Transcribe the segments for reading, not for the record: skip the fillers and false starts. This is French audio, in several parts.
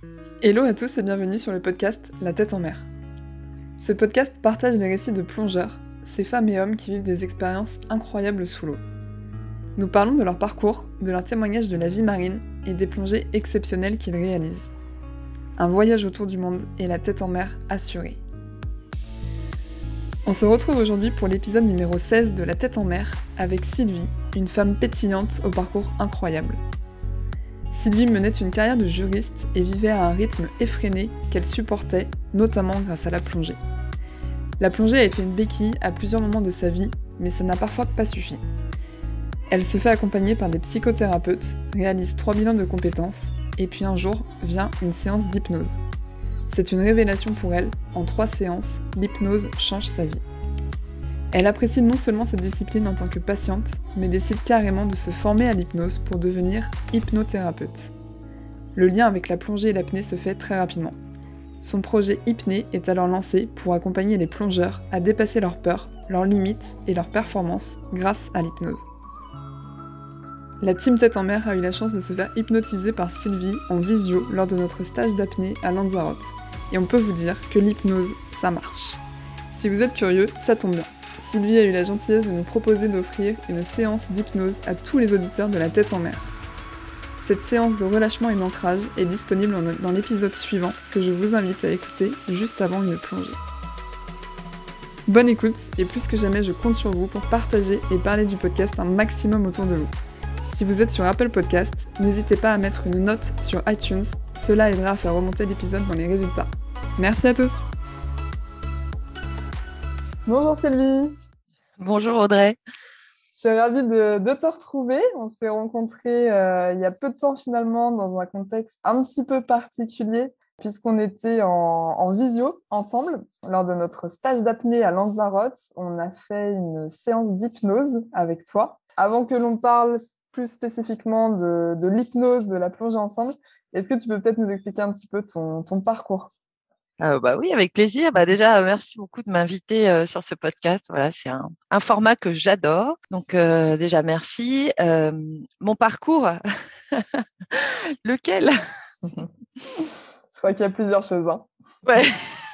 Hello à tous et bienvenue sur le podcast La tête en mer. Ce podcast partage des récits de plongeurs, ces femmes et hommes qui vivent des expériences incroyables sous l'eau. Nous parlons de leur parcours, de leurs témoignages de la vie marine et des plongées exceptionnelles qu'ils réalisent. Un voyage autour du monde et la tête en mer assurée. On se retrouve aujourd'hui pour l'épisode numéro 16 de La tête en mer avec Sylvie, une femme pétillante au parcours incroyable. Sylvie menait une carrière de juriste et vivait à un rythme effréné qu'elle supportait, notamment grâce à la plongée. La plongée a été une béquille à plusieurs moments de sa vie, mais ça n'a parfois pas suffi. Elle se fait accompagner par des psychothérapeutes, réalise 3 bilans de compétences, et puis un jour vient une séance d'hypnose. C'est une révélation pour elle, en 3 séances, l'hypnose change sa vie. Elle apprécie non seulement cette discipline en tant que patiente, mais décide carrément de se former à l'hypnose pour devenir hypnothérapeute. Le lien avec la plongée et l'apnée se fait très rapidement. Son projet Hypnée est alors lancé pour accompagner les plongeurs à dépasser leurs peurs, leurs limites et leurs performances grâce à l'hypnose. La team Tête en mer a eu la chance de se faire hypnotiser par Sylvie en visio lors de notre stage d'apnée à Lanzarote. Et on peut vous dire que l'hypnose, ça marche. Si vous êtes curieux, ça tombe bien. Sylvie a eu la gentillesse de nous proposer d'offrir une séance d'hypnose à tous les auditeurs de La tête en mer. Cette séance de relâchement et d'ancrage est disponible dans l'épisode suivant que je vous invite à écouter juste avant une plongée. Bonne écoute et plus que jamais je compte sur vous pour partager et parler du podcast un maximum autour de vous. Si vous êtes sur Apple Podcast, n'hésitez pas à mettre une note sur iTunes, cela aidera à faire remonter l'épisode dans les résultats. Merci à tous. Bonjour Sylvie. Bonjour Audrey. Je suis ravie de te retrouver. On s'est rencontrés il y a peu de temps finalement dans un contexte un petit peu particulier puisqu'on était en visio ensemble lors de notre stage d'apnée à Lanzarote. On a fait une séance d'hypnose avec toi. Avant que l'on parle plus spécifiquement de l'hypnose, de la plongée ensemble, est-ce que tu peux peut-être nous expliquer un petit peu ton parcours ? Bah oui, avec plaisir. Déjà, merci beaucoup de m'inviter sur ce podcast. Voilà, c'est un format que j'adore. Donc, déjà, merci. Mon parcours, lequel? Je crois qu'il y a plusieurs choses. Ouais.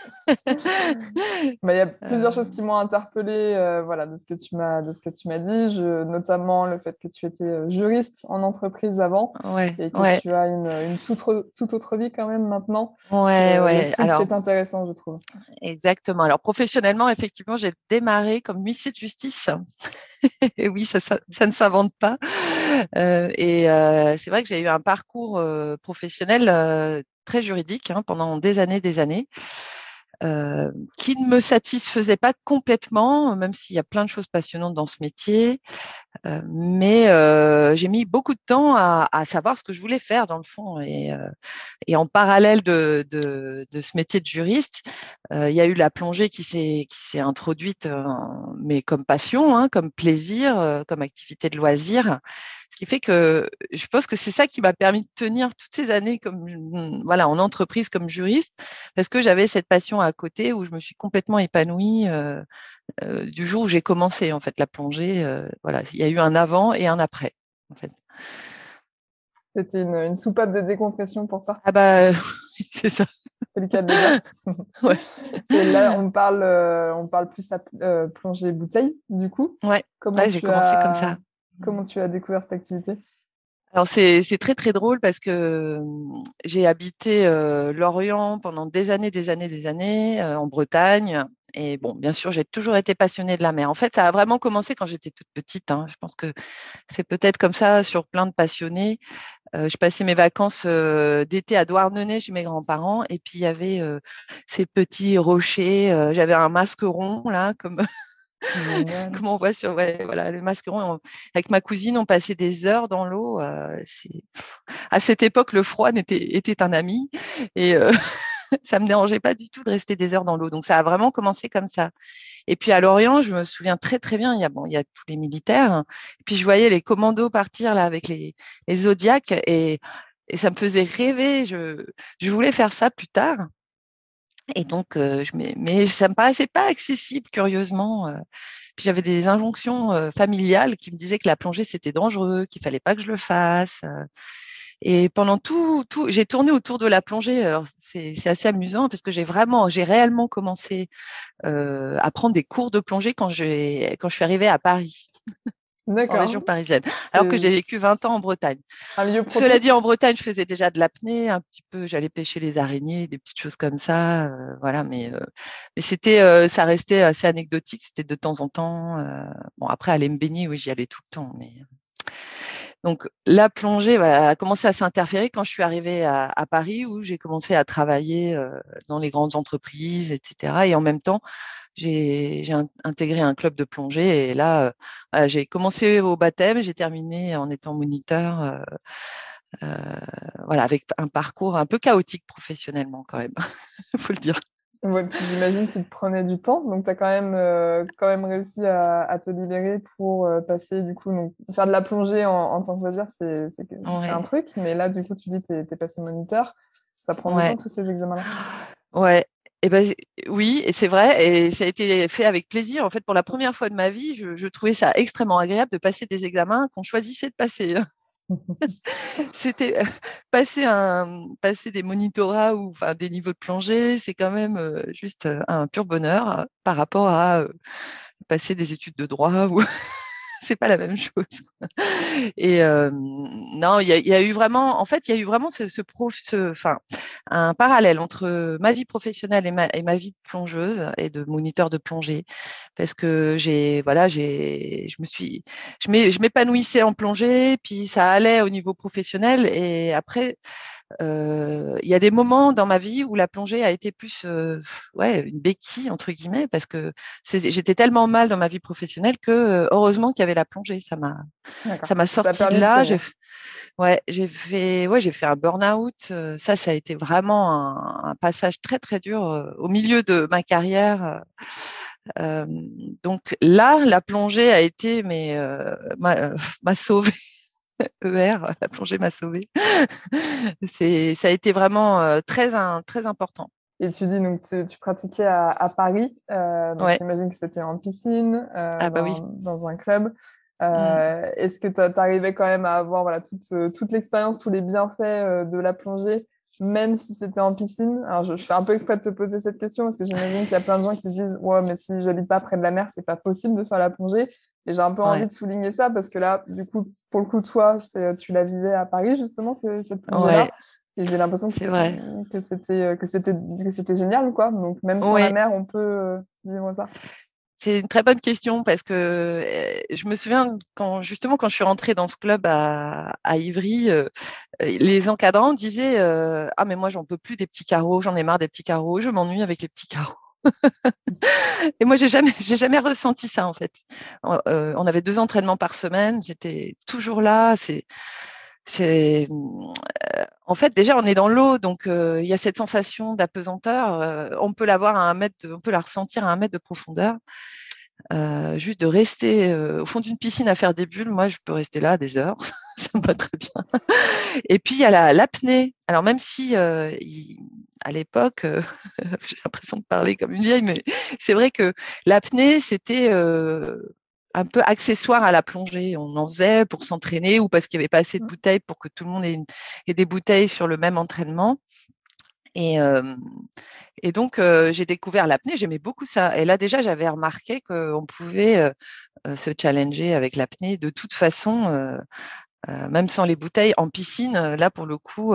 Il y a plusieurs choses qui m'ont interpellée de ce que tu m'as dit, notamment le fait que tu étais juriste en entreprise avant Ouais, et que ouais, tu as une toute autre vie quand même maintenant. ouais, Le ouais. switch Alors, est intéressant, je trouve. exactement. Alors, professionnellement, effectivement, j'ai démarré comme huissier de justice. Et oui, ça ne s'invente pas. C'est vrai que j'ai eu un parcours professionnel très juridique pendant des années. Qui ne me satisfaisait pas complètement, même s'il y a plein de choses passionnantes dans ce métier. Mais j'ai mis beaucoup de temps à savoir ce que je voulais faire dans le fond. Et en parallèle de ce métier de juriste, il y a eu la plongée qui s'est introduite, mais comme passion, comme plaisir, comme activité de loisir. Ce qui fait que je pense que c'est ça qui m'a permis de tenir toutes ces années en entreprise comme juriste, parce que j'avais cette passion à côté où je me suis complètement épanouie du jour où j'ai commencé en fait la plongée. Il y a eu un avant et un après en fait. C'était une soupape de décompression pour toi. Ah bah c'est ça. C'est le cas de le dire. Ouais. Et là, on parle plus à plongée bouteille, du coup. Ouais, j'ai commencé comme ça. Comment tu as découvert cette activité? Alors c'est très très drôle parce que j'ai habité Lorient pendant des années en Bretagne. Et bon, bien sûr, j'ai toujours été passionnée de la mer. En fait, ça a vraiment commencé quand j'étais toute petite. Je pense que c'est peut-être comme ça sur plein de passionnés. Je passais mes vacances d'été à Douarnenez chez mes grands-parents. Et puis, il y avait ces petits rochers. J'avais un masqueron, là, comme, comme on voit sur le masqueron. Avec ma cousine, on passait des heures dans l'eau. À cette époque, le froid était un ami. Et ça ne me dérangeait pas du tout de rester des heures dans l'eau. Donc, ça a vraiment commencé comme ça. Et puis à Lorient, je me souviens très très bien, il y a tous les militaires. Et puis je voyais les commandos partir là avec les Zodiacs et ça me faisait rêver. Je voulais faire ça plus tard. Et donc, mais ça me paraissait pas accessible, curieusement. Puis j'avais des injonctions familiales qui me disaient que la plongée c'était dangereux, qu'il fallait pas que je le fasse. Et pendant j'ai tourné autour de la plongée. Alors, c'est assez amusant parce que j'ai réellement commencé à prendre des cours de plongée quand je suis arrivée à Paris, en région D'accord. parisienne, alors que C'est j'ai vécu 20 ans en Bretagne. un lieu Cela dit, propice. en Bretagne, je faisais déjà de l'apnée, un petit peu, j'allais pêcher les araignées, des petites choses comme ça, voilà, mais ça restait assez anecdotique, c'était de temps en temps. Bon, après, aller me baigner, oui, j'y allais tout le temps, mais donc la plongée voilà, a commencé à s'interférer quand je suis arrivée à Paris, où j'ai commencé à travailler dans les grandes entreprises, etc. Et en même temps, j'ai intégré un club de plongée. Et là, voilà, j'ai commencé au baptême, j'ai terminé en étant moniteur, voilà, avec un parcours un peu chaotique professionnellement quand même, il faut le dire. Ouais, puis j'imagine qu'il te prenait du temps, donc tu as quand même réussi à te libérer pour passer, du coup, donc, faire de la plongée en tant que loisir, c'est un Ouais, truc, mais là, du coup, tu dis que tu es passé moniteur, ça prend du ouais, temps, tous ces examens-là. ouais. Et ben, oui, et c'est vrai, et ça a été fait avec plaisir. En fait, pour la première fois de ma vie, je trouvais ça extrêmement agréable de passer des examens qu'on choisissait de passer. C'était passer des monitorats ou enfin, des niveaux de plongée, c'est quand même juste un pur bonheur par rapport à passer des études de droit ou c'est pas la même chose. Et non, il y a eu vraiment, en fait, il y a eu vraiment enfin, un parallèle entre ma vie professionnelle et ma vie de plongeuse et de moniteur de plongée, parce que voilà, je m'épanouissais en plongée, puis ça allait au niveau professionnel, et après, il y a des moments dans ma vie où la plongée a été plus ouais, une béquille, entre guillemets, parce que j'étais tellement mal dans ma vie professionnelle que heureusement qu'il y avait la plongée. D'accord, Ça m'a ça t'a sorti de permis de là. tenir. J'ai fait un burn-out. Ça a été vraiment un passage très, très dur au milieu de ma carrière. Euh, donc là, la plongée a été m'a sauvée. ER, la plongée m'a sauvée. Ça a été vraiment très important. Et tu dis, donc, tu pratiquais à Paris, donc Ouais. j'imagine que c'était en piscine, Ah bah oui. dans un club. Mm. Est-ce que tu arrivais quand même à avoir voilà, toute l'expérience, tous les bienfaits de la plongée, même si c'était en piscine? Alors, je fais un peu exprès de te poser cette question parce que j'imagine qu'il y a plein de gens qui se disent, ouais, mais si j'habite pas près de la mer, c'est pas possible de faire la plongée. Et j'ai un peu envie Ouais. de souligner ça parce que là, du coup, pour le coup, toi, tu la vivais à Paris, justement, cette Ouais. plongée-là. Et j'ai l'impression C'est vrai. que c'était génial, quoi. Donc, même sans la Oui. mer, on peut vivre ça. C'est une très bonne question parce que je me souviens justement quand je suis rentrée dans ce club à Ivry, les encadrants disaient ah mais moi j'en peux plus des petits carreaux, j'en ai marre des petits carreaux, je m'ennuie avec les petits carreaux. Et moi j'ai jamais ressenti ça en fait. On avait 2 entraînements par semaine, j'étais toujours là. En fait, déjà, on est dans l'eau, donc il y a cette sensation d'apesanteur. On peut on peut la ressentir à 1 mètre de profondeur. Juste de rester au fond d'une piscine à faire des bulles, moi, je peux rester là des heures, ça me va très bien. Et puis, il y a l'apnée. Alors, même si à l'époque, j'ai l'impression de parler comme une vieille, mais c'est vrai que l'apnée, c'était un peu accessoire à la plongée. On en faisait pour s'entraîner ou parce qu'il n'y avait pas assez de bouteilles pour que tout le monde ait des bouteilles sur le même entraînement. Et, et donc, j'ai découvert l'apnée, j'aimais beaucoup ça. Et là, déjà, j'avais remarqué qu'on pouvait se challenger avec l'apnée de toute façon, même sans les bouteilles, en piscine. Là, pour le coup,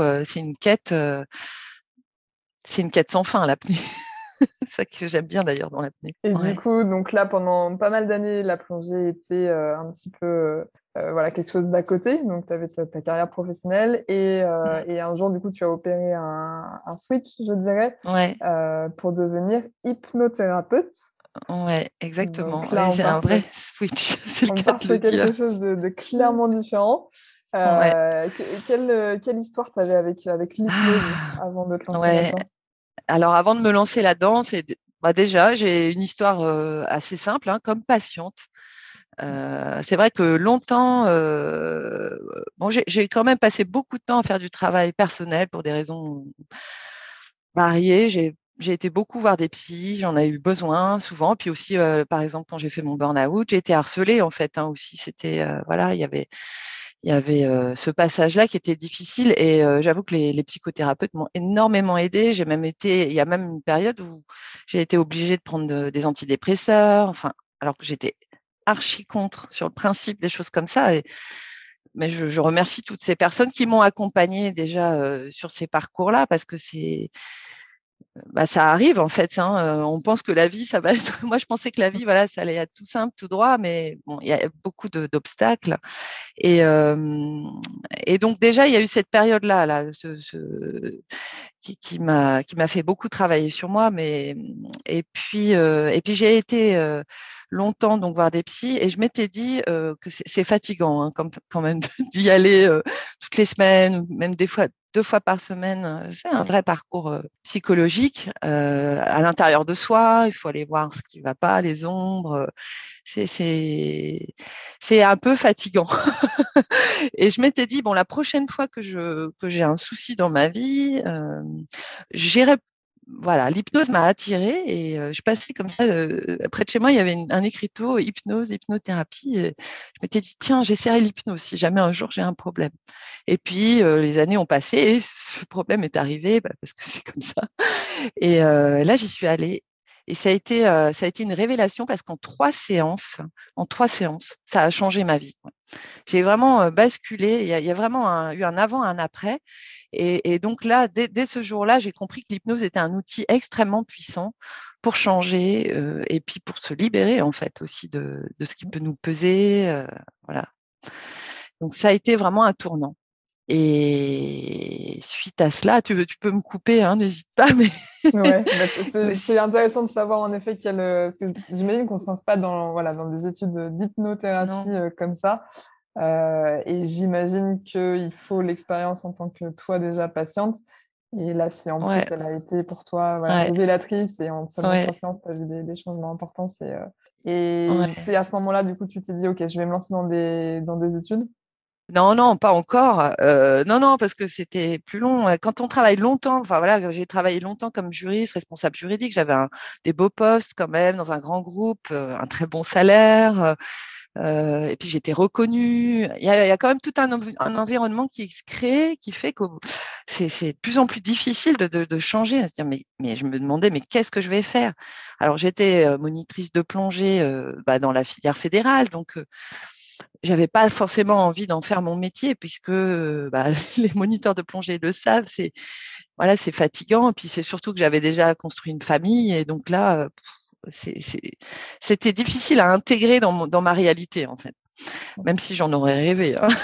c'est une quête sans fin, l'apnée. C'est ça que j'aime bien d'ailleurs dans l'apnée. Et du Ouais. coup, donc là, pendant pas mal d'années, la plongée était un petit peu voilà, quelque chose d'à côté. Donc, tu avais ta carrière professionnelle et un jour, du coup, tu as opéré un switch, je dirais, Ouais, pour devenir hypnothérapeute. ouais, exactement. Donc là, Ouais, c'est un vrai switch, c'est le on cas part de sur le quelque dire. chose de clairement différent. Ouais. Quelle histoire tu avais avec l'hypnose Ah, avant de te lancer ouais. là-dedans? Alors, avant de me lancer là-dedans, bah, déjà, j'ai une histoire assez simple, hein, comme patiente. C'est vrai que longtemps, bon, j'ai quand même passé beaucoup de temps à faire du travail personnel pour des raisons variées. J'ai été beaucoup voir des psys, j'en ai eu besoin souvent. Puis aussi, par exemple, quand j'ai fait mon burn-out, j'ai été harcelée en fait, hein, aussi. C'était voilà, il y avait ce passage-là qui était difficile et j'avoue que les psychothérapeutes m'ont énormément aidée. Il y a même une période où j'ai été obligée de prendre des antidépresseurs, enfin, alors que j'étais archi contre sur le principe des choses comme ça. Mais je remercie toutes ces personnes qui m'ont accompagnée déjà sur ces parcours-là parce que ça arrive en fait. Hein. On pense que la vie, ça va être. Moi, je pensais que la vie, voilà, ça allait être tout simple, tout droit, mais bon, il y a beaucoup d'obstacles. Et, euh, et donc déjà, il y a eu cette période-là, qui m'a fait beaucoup travailler sur moi. Et puis j'ai été longtemps donc voir des psys et je m'étais dit que c'est fatigant quand même d'y aller toutes les semaines, ou même des fois 2 fois par semaine. C'est un vrai parcours psychologique à l'intérieur de soi. Il faut aller voir ce qui ne va pas, les ombres. C'est un peu fatigant. Et je m'étais dit, bon, la prochaine fois que j'ai un souci dans ma vie, j'irai. Voilà, l'hypnose m'a attirée et je passais comme ça. Près de chez moi, il y avait un écriteau hypnose, hypnothérapie. Et je m'étais dit, tiens, j'essaierai l'hypnose si jamais un jour j'ai un problème. Et puis, les années ont passé et ce problème est arrivé parce que c'est comme ça. Et là, j'y suis allée. Et ça a été une révélation parce en 3 séances, ça a changé ma vie. Ouais. J'ai vraiment basculé. Il y a vraiment eu un avant, un après. Et donc là, dès ce jour-là, j'ai compris que l'hypnose était un outil extrêmement puissant pour changer et puis pour se libérer en fait aussi de ce qui peut nous peser. Voilà. Donc ça a été vraiment un tournant. Et suite à cela, tu peux me couper, hein, n'hésite pas, mais, Ouais, bah, mais c'est intéressant de savoir en effet parce que j'imagine qu'on ne se lance pas voilà, dans des études d'hypnothérapie non, comme ça. Et j'imagine qu'il faut l'expérience en tant que toi déjà patiente. Et là, si en plus ouais, elle a été pour toi voilà, ouais, révélatrice et en seulement ouais, 3 séances, tu as vu des changements importants, et ouais. c'est à ce moment-là, du coup, tu t'es dit, OK, je vais me lancer dans des études. Non, non, pas encore. Non, non, parce que c'était plus long. Quand on travaille longtemps, enfin voilà, j'ai travaillé longtemps comme juriste, responsable juridique. J'avais des beaux postes quand même dans un grand groupe, un très bon salaire. Et puis j'étais reconnue. Il y a quand même tout un environnement qui se crée, qui fait que c'est de plus en plus difficile de changer. À se dire, mais je me demandais, mais qu'est-ce que je vais faire? Alors j'étais monitrice de plongée dans la filière fédérale, donc j'avais pas forcément envie d'en faire mon métier puisque les moniteurs de plongée le savent, c'est fatigant. Et puis c'est surtout que j'avais déjà construit une famille et donc là, c'était difficile à intégrer dans ma réalité en fait, même si j'en aurais rêvé. Hein.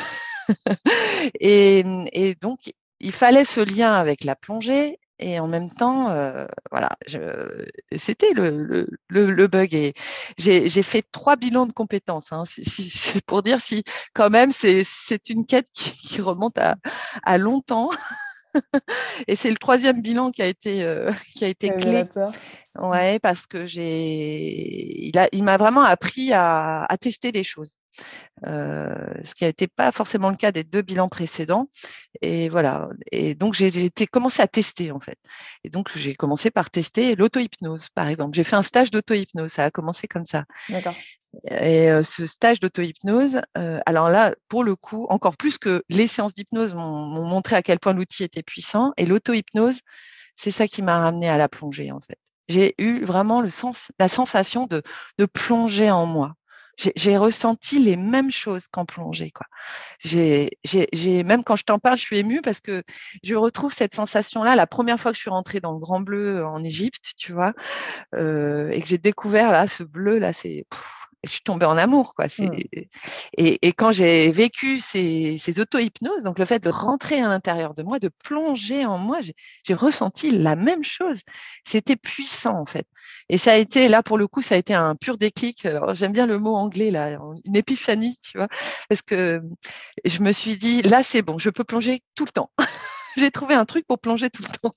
Et donc il fallait ce lien avec la plongée. Et en même temps, voilà, c'était le bug. Et j'ai fait 3 bilans de compétences. Hein, c'est pour dire si, quand même, c'est une quête qui remonte à longtemps. Et c'est le troisième bilan qui a été clé. Révélateur. Ouais, parce que il m'a vraiment appris à tester les choses. Ce qui n'était pas forcément le cas des 2 bilans précédents. Et voilà. Et donc, j'ai été commencé à tester, en fait. Et donc, j'ai commencé par tester l'auto-hypnose, par exemple. J'ai fait un stage d'auto-hypnose. Ça a commencé comme ça. D'accord. Et ce stage d'auto-hypnose, alors là, pour le coup, encore plus que les séances d'hypnose m'ont montré à quel point l'outil était puissant. Et l'auto-hypnose, c'est ça qui m'a ramené à la plongée, en fait. J'ai eu vraiment la sensation de plonger en moi. J'ai ressenti les mêmes choses qu'en plongée, quoi. Même quand je t'en parle, je suis émue parce que je retrouve cette sensation-là la première fois que je suis rentrée dans le Grand Bleu en Égypte, tu vois, et que j'ai découvert là ce bleu là, je suis tombée en amour, quoi. Mm. Et quand j'ai vécu ces auto-hypnoses, donc le fait de rentrer à l'intérieur de moi, de plonger en moi, j'ai ressenti la même chose. C'était puissant, en fait. Et ça a été, là, pour le coup, ça a été un pur déclic. Alors, j'aime bien le mot anglais, là, une épiphanie, tu vois, parce que je me suis dit, là, c'est bon, je peux plonger tout le temps. J'ai trouvé un truc pour plonger tout le temps.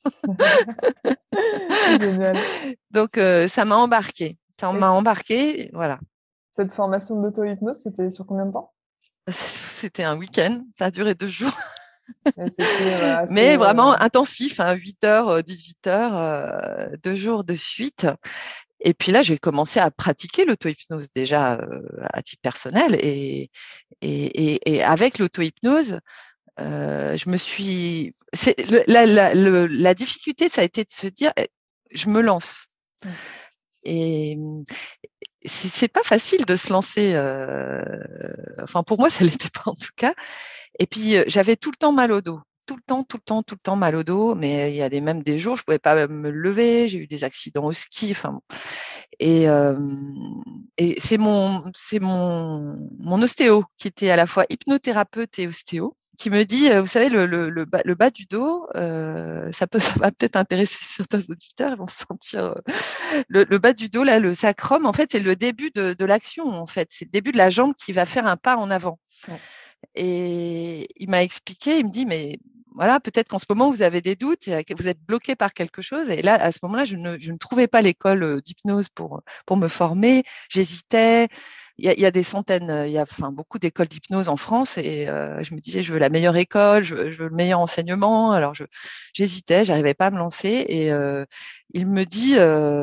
Génial. Donc, ça m'a embarqué. Ça Et m'a embarqué, voilà. cette formation d'auto-hypnose, c'était sur combien de temps? C'était un week-end, ça a duré 2 jours, Et c'était voilà, mais assez. vraiment intensif, hein, 8 heures, 18 heures, 2 jours de suite. Et puis là, j'ai commencé à pratiquer l'auto-hypnose déjà à titre personnel. Et avec l'auto-hypnose, je me suis. La difficulté, ça a été de se dire, je me lance. Et c'est pas facile de se lancer. Enfin, pour moi, ça l'était pas en tout cas. Et puis, j'avais tout le temps mal au dos. Tout le temps mal au dos. Mais il y a même des jours, je pouvais pas me lever. J'ai eu des accidents au ski. Enfin, et, c'est mon ostéo qui était à la fois hypnothérapeute et ostéo qui me dit, vous savez, le bas du dos, ça va peut-être intéresser certains auditeurs, ils vont se sentir. Le bas du dos, là, le sacrum, en fait, c'est le début de l'action, en fait. C'est le début de la jambe qui va faire un pas en avant. Ouais. Et il m'a expliqué, il me dit, mais voilà, peut-être qu'en ce moment, vous avez des doutes, vous êtes bloqué par quelque chose. Et là, à ce moment-là, je ne trouvais pas l'école d'hypnose pour me former. J'hésitais. Il y a des centaines, il y a beaucoup d'écoles d'hypnose en France. Et je me disais, je veux la meilleure école, je veux le meilleur enseignement. Alors, j'hésitais, je n'arrivais pas à me lancer. Et il me dit,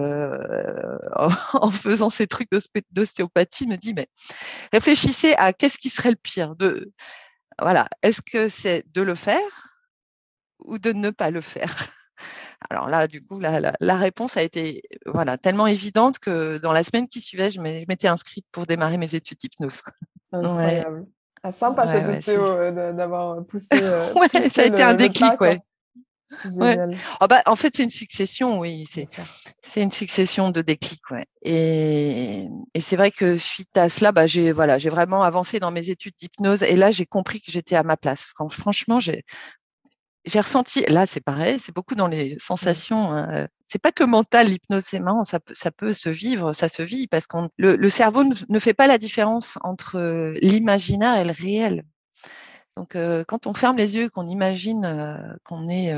en faisant ces trucs d'ostéopathie, il me dit, mais réfléchissez à qu'est-ce qui serait le pire. Voilà, est-ce que c'est de le faire ou de ne pas le faire? Alors là, du coup, la réponse a été tellement évidente que dans la semaine qui suivait, je m'étais inscrite pour démarrer mes études d'hypnose. Incroyable. Ouais. Sympa cette ostéo d'avoir poussé, poussé ça a été un déclic, pas, ouais. Génial. Ouais. Oh en fait, c'est une succession, oui. C'est une succession de déclics, ouais. Et c'est vrai que suite à cela, j'ai vraiment avancé dans mes études d'hypnose. Et là, j'ai compris que j'étais à ma place. Franchement, j'ai ressenti. Là, c'est pareil. C'est beaucoup dans les sensations. Hein. C'est pas que mental, l'hypnose, c'est marrant. Ça peut se vivre, ça se vit parce que le cerveau ne fait pas la différence entre l'imaginaire et le réel. Donc, quand on ferme les yeux, qu'on imagine qu'on est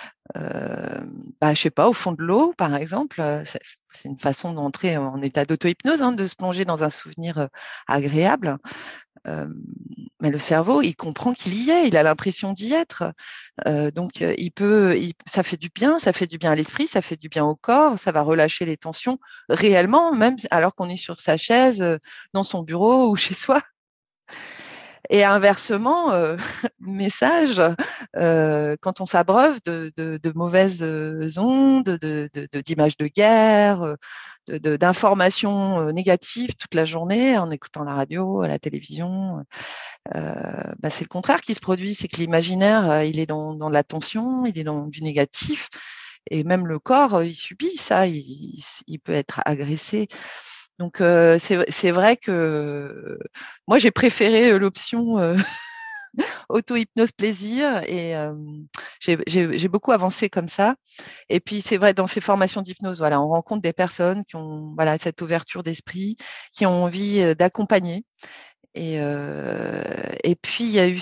je sais pas, au fond de l'eau, par exemple. C'est une façon d'entrer en état d'auto-hypnose, hein, de se plonger dans un souvenir agréable. Mais le cerveau, il comprend qu'il y est, il a l'impression d'y être. Donc, ça fait du bien à l'esprit, ça fait du bien au corps, ça va relâcher les tensions réellement, même alors qu'on est sur sa chaise, dans son bureau ou chez soi. Et inversement, message, quand on s'abreuve de mauvaises ondes, d'images de guerre, d'informations négatives toute la journée en écoutant la radio, la télévision, c'est le contraire qui se produit. C'est que l'imaginaire, il est dans la tension, il est dans du négatif. Et même le corps, il subit ça, il peut être agressé. Donc, c'est vrai que moi, j'ai préféré l'option auto-hypnose plaisir et j'ai beaucoup avancé comme ça. Et puis, c'est vrai, dans ces formations d'hypnose, on rencontre des personnes qui ont cette ouverture d'esprit, qui ont envie d'accompagner. Et puis, il y a eu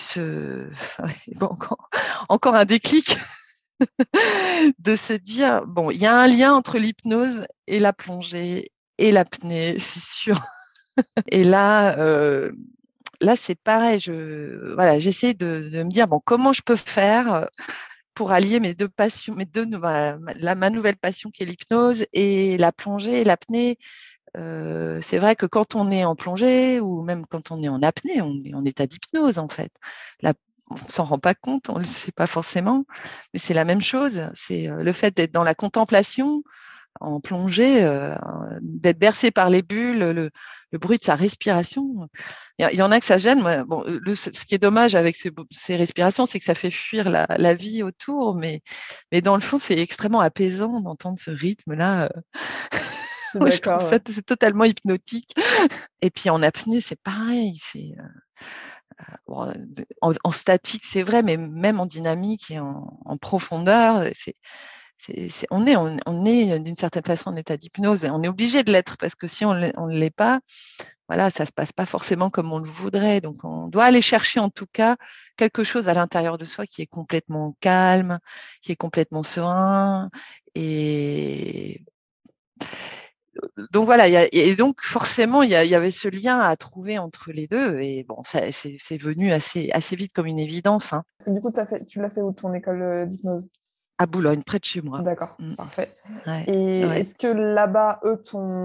encore un déclic de se dire, bon, il y a un lien entre l'hypnose et la plongée et l'apnée, c'est sûr. Et là, c'est pareil. J'essaie de me dire, bon, comment je peux faire pour allier mes deux passions, ma nouvelle passion qui est l'hypnose et la plongée et l'apnée. C'est vrai que quand on est en plongée ou même quand on est en apnée, on est en état d'hypnose en fait. Là, on ne s'en rend pas compte, on ne le sait pas forcément, mais c'est la même chose. C'est le fait d'être dans la contemplation, en plongée, d'être bercé par les bulles, le bruit de sa respiration. Il y en a que ça gêne. Bon, ce qui est dommage avec ces respirations, c'est que ça fait fuir la vie autour, mais dans le fond, c'est extrêmement apaisant d'entendre ce rythme-là. Je trouve ça c'est totalement hypnotique. Et puis en apnée, c'est pareil. En statique, c'est vrai, mais même en dynamique et en profondeur, on est d'une certaine façon en état d'hypnose et on est obligé de l'être parce que si on ne l'est pas, ça se passe pas forcément comme on le voudrait. Donc, on doit aller chercher en tout cas quelque chose à l'intérieur de soi qui est complètement calme, qui est complètement serein. Et donc voilà, et donc forcément, il y avait ce lien à trouver entre les deux. Et bon, c'est venu assez vite comme une évidence. Hein. Du coup, tu l'as fait où ton école d'hypnose? À Boulogne, près de chez moi. D'accord, Mm. parfait. Ouais, Et ouais. est-ce que là-bas, eux,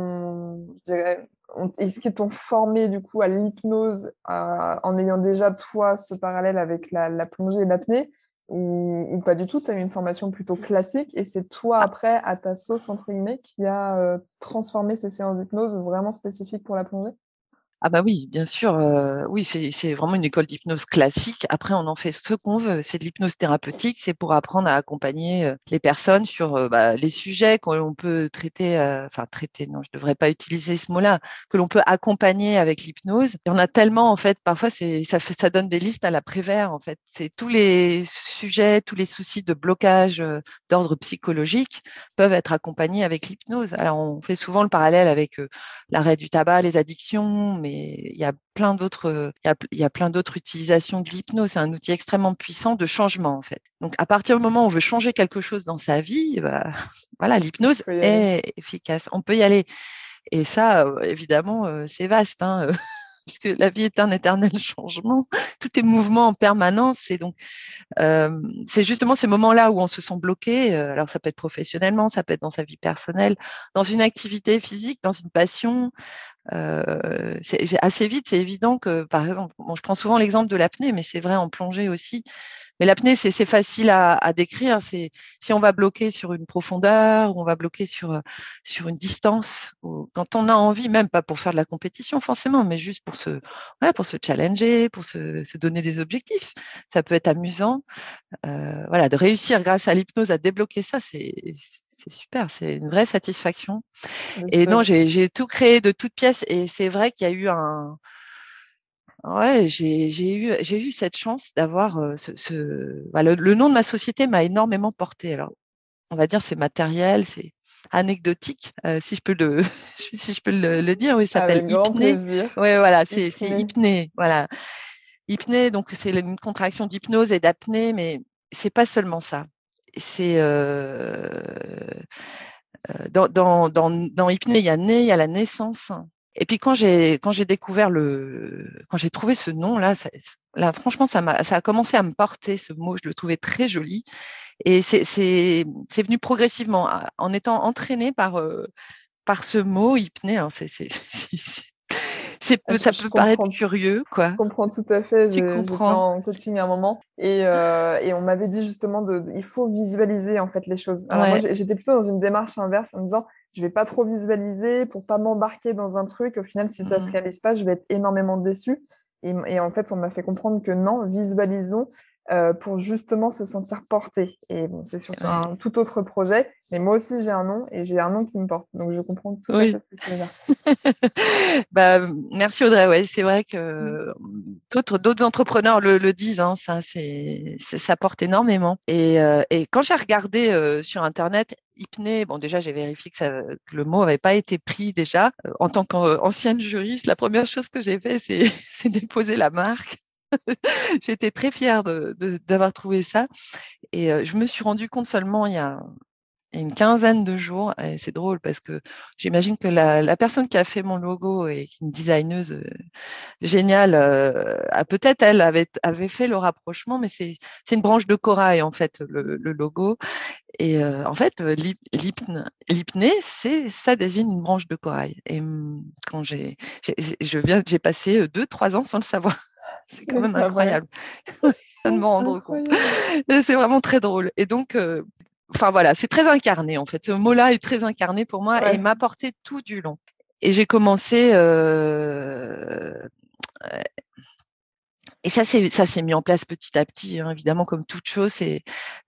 est-ce qu'ils t'ont formé du coup à l'hypnose en ayant déjà toi ce parallèle avec la plongée et l'apnée ou pas du tout? Tu as eu une formation plutôt classique et c'est toi Ah, après, à ta sauce, entre guillemets, qui a transformé ces séances d'hypnose vraiment spécifiques pour la plongée? ah bah oui, bien sûr. Oui, c'est vraiment une école d'hypnose classique. Après, on en fait ce qu'on veut. C'est de l'hypnose thérapeutique. C'est pour apprendre à accompagner les personnes sur les sujets que l'on peut traiter. Enfin, traiter, non, je ne devrais pas utiliser ce mot-là. Que l'on peut accompagner avec l'hypnose. Il y en a tellement, en fait. Parfois, ça donne des listes à la Prévert, en fait. C'est tous les sujets, tous les soucis de blocage d'ordre psychologique peuvent être accompagnés avec l'hypnose. Alors, on fait souvent le parallèle avec l'arrêt du tabac, les addictions, mais il y a plein d'autres, il y a plein d'autres utilisations de l'hypnose. C'est un outil extrêmement puissant de changement, en fait. Donc, à partir du moment où on veut changer quelque chose dans sa vie, bah, voilà, Il l'hypnose faut y aller. est efficace. On peut y aller. Et ça, évidemment, c'est vaste, hein, puisque la vie est un éternel changement. Tout est mouvement en permanence. Et donc, c'est justement ces moments-là où on se sent bloqué. Alors, ça peut être professionnellement, ça peut être dans sa vie personnelle, dans une activité physique, dans une passion. Assez vite, c'est évident que, par exemple, bon, je prends souvent l'exemple de l'apnée, mais c'est vrai en plongée aussi. Mais l'apnée, c'est facile à décrire. C'est si on va bloquer sur une profondeur, ou on va bloquer sur une distance, ou quand on a envie, même pas pour faire de la compétition forcément, mais juste voilà, pour se challenger, pour se donner des objectifs. Ça peut être amusant. Voilà, de réussir grâce à l'hypnose à débloquer ça, c'est super, c'est une vraie satisfaction. C'est le Et non, fun. j'ai tout créé de toutes pièces et c'est vrai qu'il y a eu un. Ouais, j'ai eu cette chance d'avoir le nom de ma société m'a énormément porté. Alors, on va dire c'est matériel, c'est anecdotique, si je peux si je peux le dire. Oui, ça s'appelle Avec grand Hypnée. plaisir. Ouais, voilà, c'est Hypnée. Hypnée. Voilà, Hypnée. Donc c'est une contraction d'hypnose et d'apnée, mais c'est pas seulement ça. C'est dans Hypnée, il y a né, il y a la naissance. Et puis quand j'ai découvert quand j'ai trouvé ce nom là franchement ça a commencé à me porter ce mot. Je le trouvais très joli et c'est venu progressivement en étant entraîné par ce mot hypnée. Alors Ah, ça peut paraître curieux je quoi. comprends tout à fait. Tu J'étais comprends? en coaching à un moment et on m'avait dit justement il faut visualiser en fait les choses. Alors moi, Ouais. j'étais plutôt dans une démarche inverse en me disant, je vais pas trop visualiser pour pas m'embarquer dans un truc. Au final, si ça se Mhm. réalise pas, je vais être énormément déçue. Et en fait, on m'a fait comprendre que non, visualisons pour justement se sentir porté. Et bon, c'est sur Ouais. un tout autre projet. Mais moi aussi, j'ai un nom et j'ai un nom qui me porte. Donc, je comprends tout à Oui. fait ce que tu veux dire. Bah, merci Audrey. Ouais, c'est vrai que d'autres entrepreneurs le disent. Hein, ça porte énormément. Et quand j'ai regardé sur Internet, hypnée, bon déjà j'ai vérifié que le mot n'avait pas été pris déjà. En tant qu'ancienne juriste, la première chose que j'ai fait, c'est déposer la marque. J'étais très fière d'avoir trouvé ça. Et je me suis rendu compte seulement il y a une quinzaine de jours. Et c'est drôle parce que j'imagine que la personne qui a fait mon logo et qui est une designeuse géniale, peut-être elle avait fait le rapprochement, mais c'est une branche de corail en fait, le logo. Et en fait, l'hypnée, ça désigne une branche de corail. Et quand j'ai passé 2, 3 ans sans le savoir. C'est quand C'est même pas vrai. incroyable. De me rendre compte. Incroyable. C'est vraiment très drôle. Et donc, enfin voilà, c'est très incarné en fait. Ce mot-là est très incarné pour moi et il Ouais. m'a porté tout du long. Et j'ai commencé, et ça s'est mis en place petit à petit, hein, évidemment, comme toute chose. C'est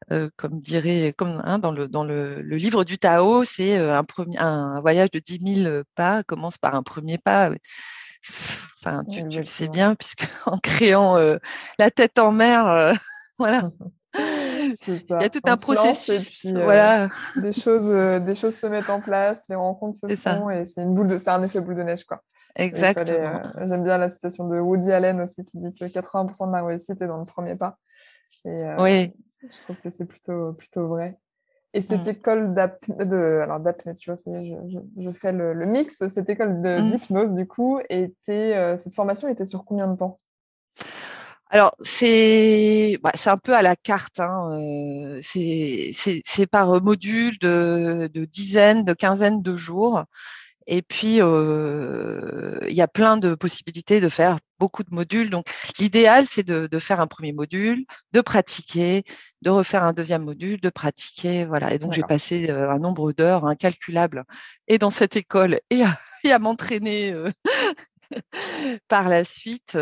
dans le livre du Tao, c'est un voyage de 10 000 pas commence par un premier pas. Enfin, tu le sais Exactement. bien, puisque en créant la tête en mer, voilà, C'est il y a ça. tout On un se lance et processus, puis voilà, des choses se mettent en place, les rencontres se c'est ça, font et c'est un effet boule de neige, quoi. Et il fallait, exactement. j'aime bien la citation de Woody Allen aussi qui dit que 80% de la réussite est dans le premier pas. Et Oui. je trouve que c'est plutôt vrai. Et cette Mm. école alors d'apnée, tu vois, je fais le mix, cette école Mm. d'hypnose, du coup, cette formation était sur combien de temps? Alors, c'est un peu à la carte, hein, c'est par module de dizaines, de quinzaines de jours. Et puis, il y a plein de possibilités de faire beaucoup de modules. Donc, l'idéal, c'est de faire un premier module, de pratiquer, de refaire un deuxième module, de pratiquer. Voilà. Et donc, j'ai D'accord. passé un nombre d'heures incalculable et dans cette école et à m'entraîner par la suite.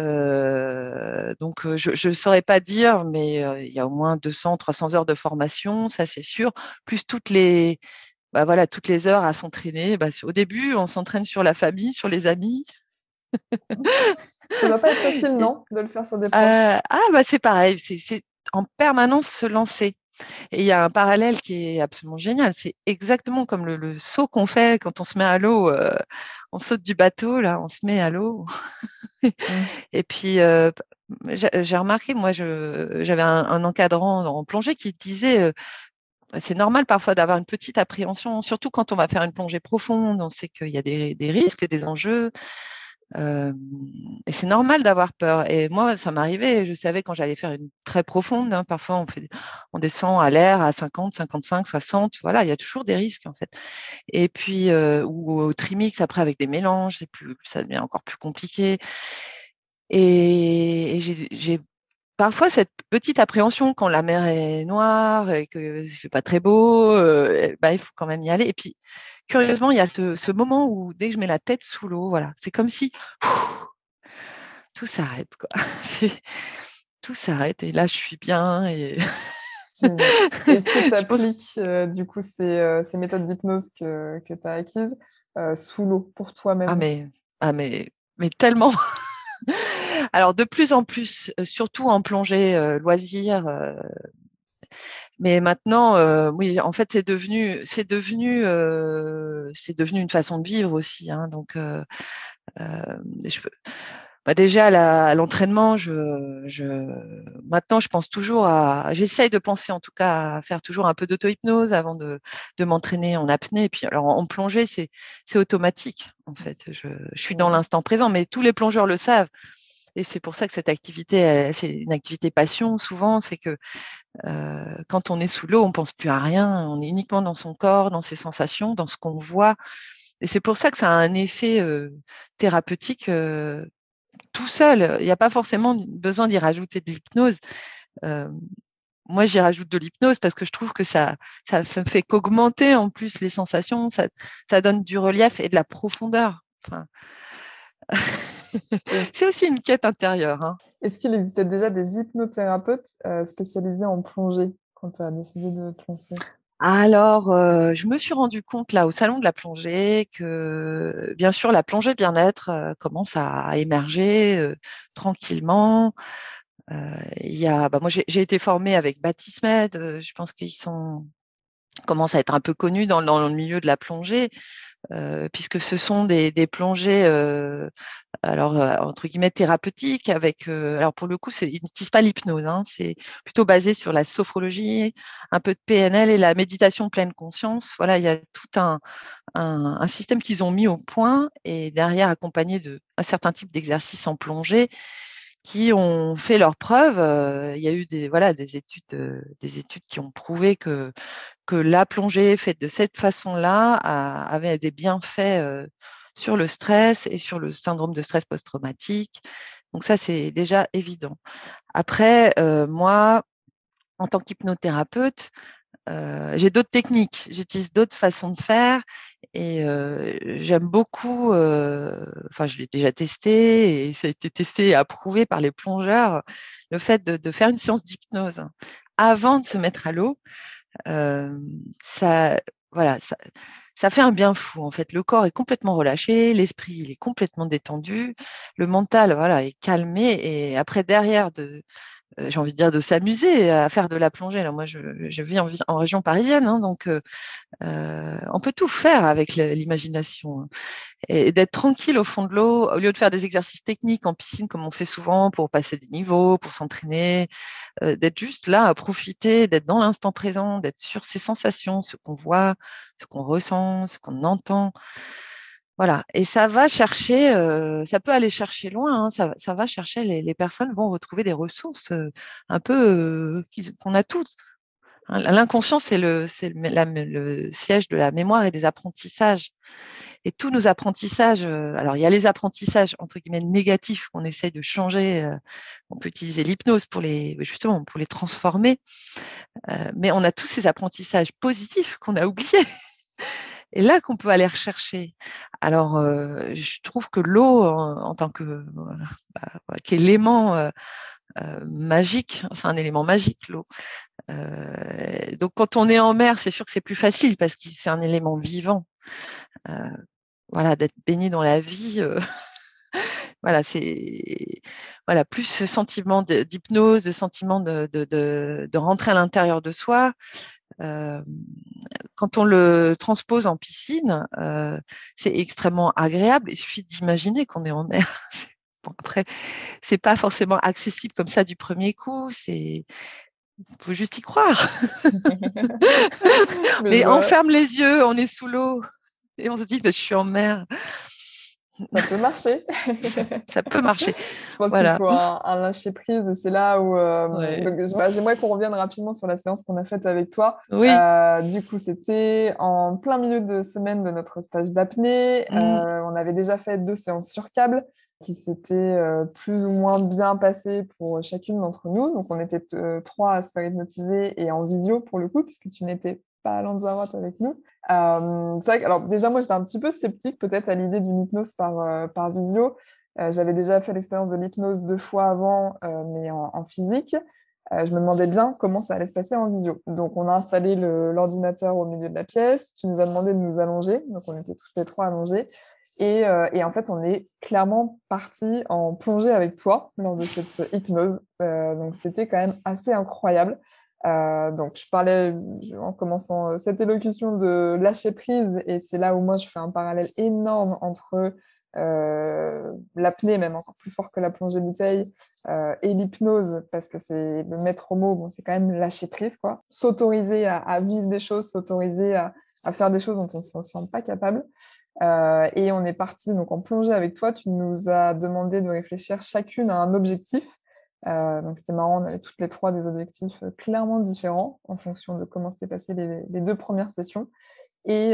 Donc, je ne saurais pas dire, mais il y a au moins 200, 300 heures de formation, ça c'est sûr, plus toutes les heures à s'entraîner. Au début, on s'entraîne sur la famille, sur les amis. Ça doit pas être facile, Et, non, de le faire sur des proches? c'est pareil, c'est en permanence se lancer. Et il y a un parallèle qui est absolument génial. C'est exactement comme le saut qu'on fait quand on se met à l'eau. On saute du bateau, là, on se met à l'eau. Mm. Et puis, j'ai remarqué, moi, j'avais un encadrant en plongée qui disait c'est normal parfois d'avoir une petite appréhension, surtout quand on va faire une plongée profonde. On sait qu'il y a des risques, des enjeux. euh, et c'est normal d'avoir peur. Et moi, ça m'arrivait. Je savais quand j'allais faire une très profonde, hein, parfois on descend à l'air à 50, 55, 60. Voilà, il y a toujours des risques en fait. Et puis, ou au trimix, après avec des mélanges, ça devient encore plus compliqué. Et j'ai parfois cette petite appréhension quand la mer est noire et qu'il ne fait pas très beau, il faut quand même y aller. Et puis, curieusement, il y a ce moment où dès que je mets la tête sous l'eau, voilà, c'est comme si tout s'arrête, quoi. Tout s'arrête et là, je suis bien. Et Génial. Est-ce que tu je pense, appliques du coup ces méthodes d'hypnose que tu as acquises sous l'eau pour ah toi-même? mais, ah mais tellement. Alors, de plus en plus, surtout en plongée loisir. Mais maintenant, oui, en fait, c'est devenu une façon de vivre aussi, hein. Donc, euh, je, déjà à l'entraînement, maintenant, je pense toujours j'essaye de penser en tout cas à faire toujours un peu d'auto-hypnose avant de m'entraîner en apnée. Et puis, alors, en plongée, c'est automatique, en fait. Je suis dans Génial. l'instant présent, mais tous les plongeurs le savent. Et c'est pour ça que cette activité, c'est une activité passion, souvent, c'est que quand on est sous l'eau, on pense plus à rien, on est uniquement dans son corps, dans ses sensations, dans ce qu'on voit. Et c'est pour ça que ça a un effet thérapeutique tout seul. Il n'y a pas forcément besoin d'y rajouter de l'hypnose. Euh, Moi, j'y rajoute de l'hypnose parce que je trouve que ça fait qu'augmenter en plus les sensations, ça donne du relief et de la profondeur. Enfin, Est-ce, c'est aussi une quête intérieure, hein. est-ce qu'il existait déjà des hypnothérapeutes spécialisés en plongée quand tu as décidé de te lancer? Alors, je me suis rendu compte là au salon de la plongée que, bien sûr, la plongée bien-être commence à émerger tranquillement. Moi, j'ai été formée avec Baptiste Med. Je pense commencent à être un peu connus dans le milieu de la plongée, puisque ce sont des plongées alors entre guillemets thérapeutiques avec alors pour le coup ils n'utilisent pas l'hypnose, hein, c'est plutôt basé sur la sophrologie, un peu de PNL et la méditation pleine conscience. Voilà, il y a tout un système qu'ils ont mis au point et derrière accompagné d'un certain type d'exercices en plongée qui ont fait leurs preuves. Il y a eu des études qui ont prouvé que la plongée faite de cette façon-là avait des bienfaits sur le stress et sur le syndrome de stress post-traumatique. Donc ça, c'est déjà évident. Après, moi, en tant qu'hypnothérapeute, j'ai d'autres techniques, j'utilise d'autres façons de faire et j'aime beaucoup, enfin je l'ai déjà testé et ça a été testé et approuvé par les plongeurs, le fait de faire une séance d'hypnose avant de se mettre à l'eau. euh, ça, voilà, ça fait un bien fou en fait. Le corps est complètement relâché, l'esprit il est complètement détendu, le mental voilà est calmé et après derrière j'ai envie de dire de s'amuser à faire de la plongée. Alors moi je vis en région parisienne, hein, donc on peut tout faire avec l'imagination, hein. Et d'être tranquille au fond de l'eau, au lieu de faire des exercices techniques en piscine comme on fait souvent pour passer des niveaux, pour s'entraîner, d'être juste là à profiter, d'être dans l'instant présent, d'être sur ses sensations, ce qu'on voit, ce qu'on ressent, ce qu'on entend. Voilà, et ça va chercher, ça peut aller chercher loin, hein, ça va chercher, les personnes vont retrouver des ressources un peu qu'on a toutes. Hein. L'inconscient, le siège de la mémoire et des apprentissages. Et tous nos apprentissages, alors il y a les apprentissages entre guillemets négatifs qu'on essaye de changer. On peut utiliser l'hypnose justement pour les transformer, mais on a tous ces apprentissages positifs qu'on a oubliés. Et là qu'on peut aller rechercher. Alors, je trouve que l'eau, en tant qu'élément magique, c'est un élément magique, l'eau. Donc, quand on est en mer, c'est sûr que c'est plus facile parce que c'est un élément vivant. Voilà, d'être baigné dans la vie, voilà, c'est plus ce sentiment d'hypnose, de sentiment de rentrer à l'intérieur de soi. Quand on le transpose en piscine, c'est extrêmement agréable. Il suffit d'imaginer qu'on est en mer. Bon, après, c'est pas forcément accessible comme ça du premier coup. Il faut juste y croire. Mais on ferme les yeux, on est sous l'eau et on se dit, je suis en mer. Ça peut marcher. Ça peut marcher. Je pense qu'il faut un lâcher prise et c'est là où donc, j'aimerais qu'on revienne rapidement sur la séance qu'on a faite avec toi. Oui. Du coup, c'était en plein milieu de semaine de notre stage d'apnée. On avait déjà fait 2 séances sur câble qui s'étaient plus ou moins bien passées pour chacune d'entre nous. Donc, on était 3 à se faire hypnotiser et en visio pour le coup, puisque tu n'étais pas à Lanzarote avec nous. C'est vrai que, alors déjà, moi, j'étais un petit peu sceptique peut-être à l'idée d'une hypnose par visio. J'avais déjà fait l'expérience de l'hypnose 2 fois avant, mais en physique. Je me demandais bien comment ça allait se passer en visio. Donc, on a installé l'ordinateur au milieu de la pièce. Tu nous as demandé de nous allonger. Donc, on était tous les 3 allongés. Et en fait, on est clairement partis en plongée avec toi lors de cette hypnose. Donc, c'était quand même assez incroyable. Donc, je parlais en commençant cette élocution de lâcher prise, et c'est là où moi je fais un parallèle énorme entre l'apnée, même encore plus fort que la plongée bouteille, et l'hypnose, parce que c'est le maître mot, bon, c'est quand même lâcher prise, quoi. S'autoriser à vivre des choses, s'autoriser à faire des choses dont on ne se sent pas capable. Et on est parti donc en plongée avec toi. Tu nous as demandé de réfléchir chacune à un objectif. Donc c'était marrant, on avait toutes les 3 des objectifs clairement différents en fonction de comment s'étaient passées les 2 premières sessions. Et